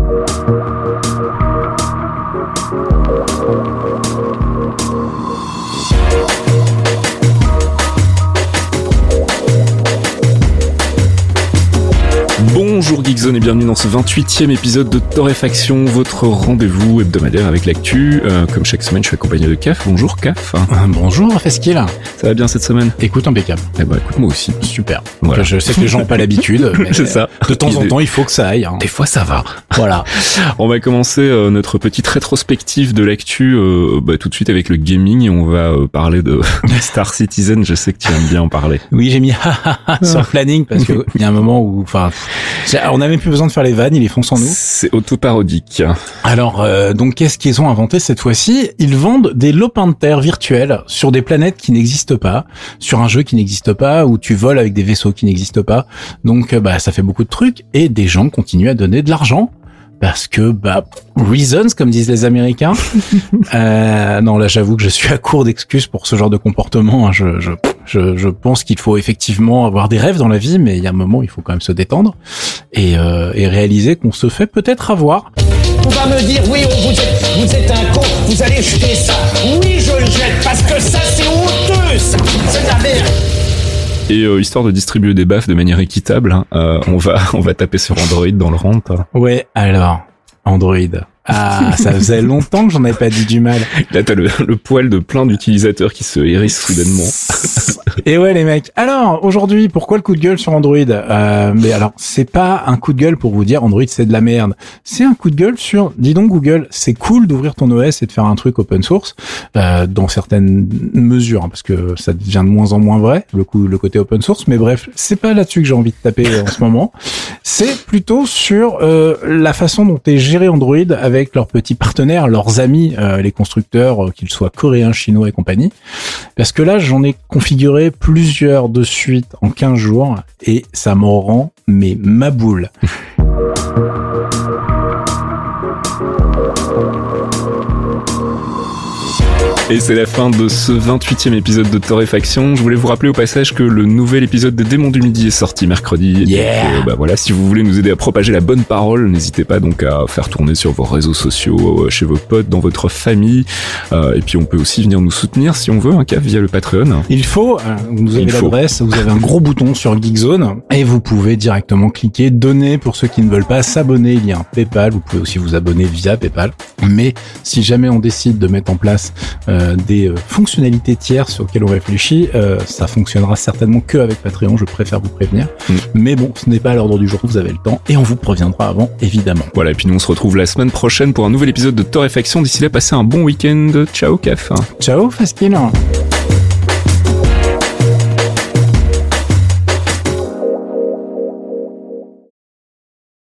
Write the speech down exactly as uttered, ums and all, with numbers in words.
Bonjour Geekzone et bienvenue dans ce vingt-huitième épisode de Torréfaction, votre rendez-vous hebdomadaire avec l'actu. Euh, comme chaque semaine, je suis accompagné de Caf. Bonjour Caf. Euh, bonjour Fesquil. Ça va bien cette semaine? Écoute, impeccable. Eh ben écoute, moi aussi. Super. Voilà. Je sais que les gens n'ont pas l'habitude, mais c'est ça. De temps en temps, il faut que ça aille. Hein. Des fois, ça va. Voilà. On va commencer euh, notre petite rétrospective de l'actu euh, bah, tout de suite avec le gaming et on va euh, parler de Star Citizen. Je sais que tu aimes bien en parler. Oui, j'ai mis sur le planning parce que il y a un moment où, enfin, on n'a même plus besoin de faire les vannes, ils les font sans nous. C'est autoparodique. Alors, euh, donc, qu'est-ce qu'ils ont inventé cette fois-ci? Ils vendent des lopins de terre virtuels sur des planètes qui n'existent pas, sur un jeu qui n'existe pas, où tu voles avec des vaisseaux qui n'existent pas. Donc, euh, bah, ça fait beaucoup de trucs et des gens continuent à donner de l'argent. Parce que, bah, reasons, comme disent les Américains. euh, non, là, j'avoue que je suis à court d'excuses pour ce genre de comportement. Hein. Je, je, je, je pense qu'il faut effectivement avoir des rêves dans la vie, mais il y a un moment, il faut quand même se détendre et, euh, et réaliser qu'on se fait peut-être avoir. On va me dire, oui, on vous êtes, vous êtes un con, vous allez jeter ça. Oui, je le jette, parce que ça, c'est honteux, ça. C'est de la merde. Et euh, histoire de distribuer des baffes de manière équitable, hein, euh, on va on va taper sur Android dans le rent. Ouais, alors Android. Ah, ça faisait longtemps que j'en avais pas dit du mal. Là, t'as le, le poil de plein d'utilisateurs qui se hérissent soudainement. Et ouais, les mecs. Alors, aujourd'hui, pourquoi le coup de gueule sur Android? euh, Mais alors, c'est pas un coup de gueule pour vous dire Android c'est de la merde. C'est un coup de gueule sur, dis donc Google, c'est cool d'ouvrir ton O S et de faire un truc open source, euh, dans certaines mesures, hein, parce que ça devient de moins en moins vrai, le coup, le côté open source. Mais bref, c'est pas là-dessus que j'ai envie de taper en ce moment. C'est plutôt sur euh, la façon dont est géré Android avec leurs petits partenaires, leurs amis, euh, les constructeurs, euh, qu'ils soient coréens, chinois et compagnie. Parce que là, j'en ai configuré plusieurs de suite en quinze jours et ça m'en rend mais ma boule. Et c'est la fin de ce vingt-huitième épisode de Torréfaction. Je voulais vous rappeler au passage que le nouvel épisode des Démons du Midi est sorti mercredi. Yeah. Donc, euh, bah voilà, si vous voulez nous aider à propager la bonne parole, n'hésitez pas donc à faire tourner sur vos réseaux sociaux, chez vos potes, dans votre famille. Euh, et puis on peut aussi venir nous soutenir si on veut, un cas via le Patreon. Il faut, euh, vous avez l'adresse, vous avez un gros bouton sur Geekzone et vous pouvez directement cliquer donner pour ceux qui ne veulent pas s'abonner. Il y a un PayPal, vous pouvez aussi vous abonner via PayPal. Mais si jamais on décide de mettre en place euh, des euh, fonctionnalités tierces auxquelles on réfléchit, euh, ça fonctionnera certainement que avec Patreon, je préfère vous prévenir. Mm. Mais bon, ce n'est pas à l'ordre du jour, vous avez le temps et on vous préviendra avant, évidemment. Voilà, et puis nous on se retrouve la semaine prochaine pour un nouvel épisode de Torréfaction. D'ici là, passez un bon week-end. Ciao, Caf. Ciao, Fasquille.